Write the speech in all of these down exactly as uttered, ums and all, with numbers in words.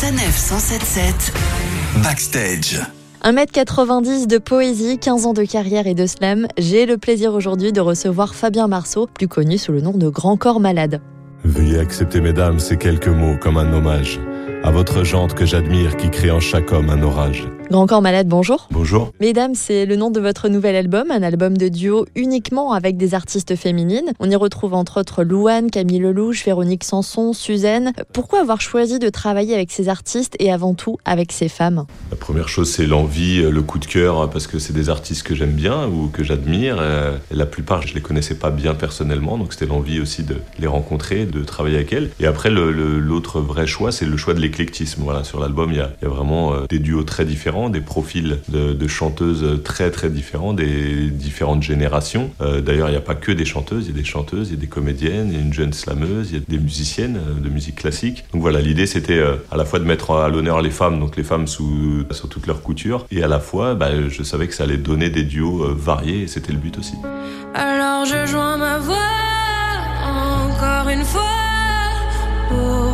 Sanef cent sept sept Backstage. un mètre quatre-vingt-dix de poésie, quinze ans de carrière et de slam. J'ai le plaisir aujourd'hui de recevoir Fabien Marceau, plus connu sous le nom de Grand Corps Malade. Veuillez accepter, mesdames, ces quelques mots comme un hommage à votre jante que j'admire qui crée en chaque homme un orage. Grand Corps Malade, bonjour. Bonjour. Mesdames, c'est le nom de votre nouvel album, un album de duo uniquement avec des artistes féminines. On y retrouve entre autres Louane, Camille Lelouch, Véronique Sanson, Suzanne. Pourquoi avoir choisi de travailler avec ces artistes et avant tout avec ces femmes ? La première chose, c'est l'envie, le coup de cœur, parce que c'est des artistes que j'aime bien ou que j'admire. Et la plupart, je les connaissais pas bien personnellement, donc c'était l'envie aussi de les rencontrer, de travailler avec elles. Et après, le, le, l'autre vrai choix, c'est le choix de l'éclectisme. Voilà, sur l'album, il y a, il y a vraiment euh, des duos très différents, des profils de, de chanteuses très très différents, des différentes générations. Euh, d'ailleurs, il n'y a pas que des chanteuses, il y a des chanteuses, il y a des comédiennes, il y a une jeune slameuse, il y a des musiciennes euh, de musique classique. Donc voilà, l'idée c'était euh, à la fois de mettre à l'honneur les femmes, donc les femmes sous, sous toutes leurs coutures, et à la fois, bah, je savais que ça allait donner des duos euh, variés, et c'était le but aussi. Alors je joins ma voix encore une fois pour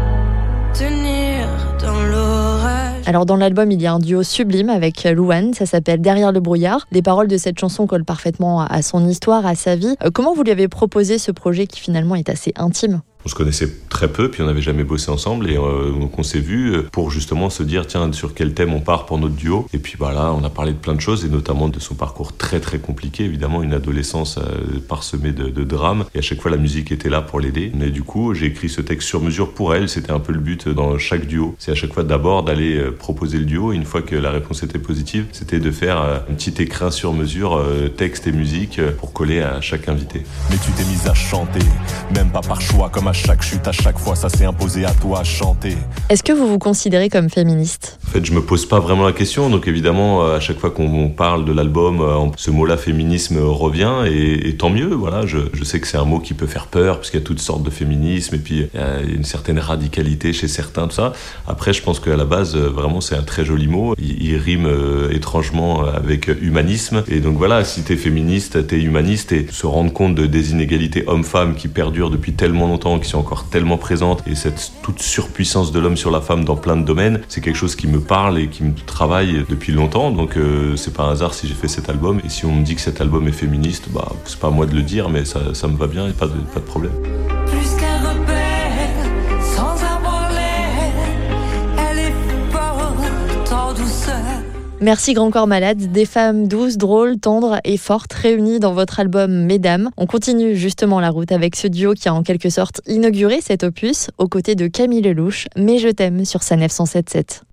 tenir dans l'orage. Alors dans l'album, il y a un duo sublime avec Louane, ça s'appelle Derrière le brouillard. Les paroles de cette chanson collent parfaitement à son histoire, à sa vie. Euh, comment vous lui avez proposé ce projet qui finalement est assez intime ? On se connaissait très peu, puis on n'avait jamais bossé ensemble, et euh, donc on s'est vu pour justement se dire tiens, sur quel thème on part pour notre duo. Et puis bah là, on a parlé de plein de choses, et notamment de son parcours très très compliqué, évidemment une adolescence euh, parsemée de, de drames, et à chaque fois la musique était là pour l'aider. Et du coup, j'ai écrit ce texte sur mesure pour elle. C'était un peu le but dans chaque duo. C'est à chaque fois d'abord d'aller euh, proposer le duo, et une fois que la réponse était positive, c'était de faire euh, un petit écrin sur mesure, euh, texte et musique, euh, pour coller à chaque invité. Mais tu t'es mise à chanter, même pas par choix, comme à chaque chute, à chaque fois, ça s'est imposé à toi à chanter. Est-ce que vous vous considérez comme féministe ? En fait, je me pose pas vraiment la question, donc évidemment, à chaque fois qu'on parle de l'album, ce mot-là, féminisme, revient, et, et tant mieux, voilà. Je, je sais que c'est un mot qui peut faire peur, parce qu'il y a toutes sortes de féminisme, et puis il y a une certaine radicalité chez certains, tout ça. Après, je pense qu'à la base, vraiment, c'est un très joli mot. Il, il rime euh, étrangement avec humanisme, et donc voilà, si t'es féministe, t'es humaniste, et se rendre compte de, des inégalités hommes-femmes qui perdurent depuis tellement longtemps, qui sont encore tellement présente, et cette toute surpuissance de l'homme sur la femme dans plein de domaines, c'est quelque chose qui me parle et qui me travaille depuis longtemps. Donc euh, c'est pas un hasard si j'ai fait cet album, et si on me dit que cet album est féministe, bah c'est pas à moi de le dire, mais ça, ça me va bien et pas de, pas de problème. Plus qu'un repère, sans avoir l'air, elle est forte en douceur. Merci Grand Corps Malade, des femmes douces, drôles, tendres et fortes réunies dans votre album Mesdames. On continue justement la route avec ce duo qui a en quelque sorte inauguré cet opus aux côtés de Camille Lelouch, Mais je t'aime sur Sanef cent sept sept.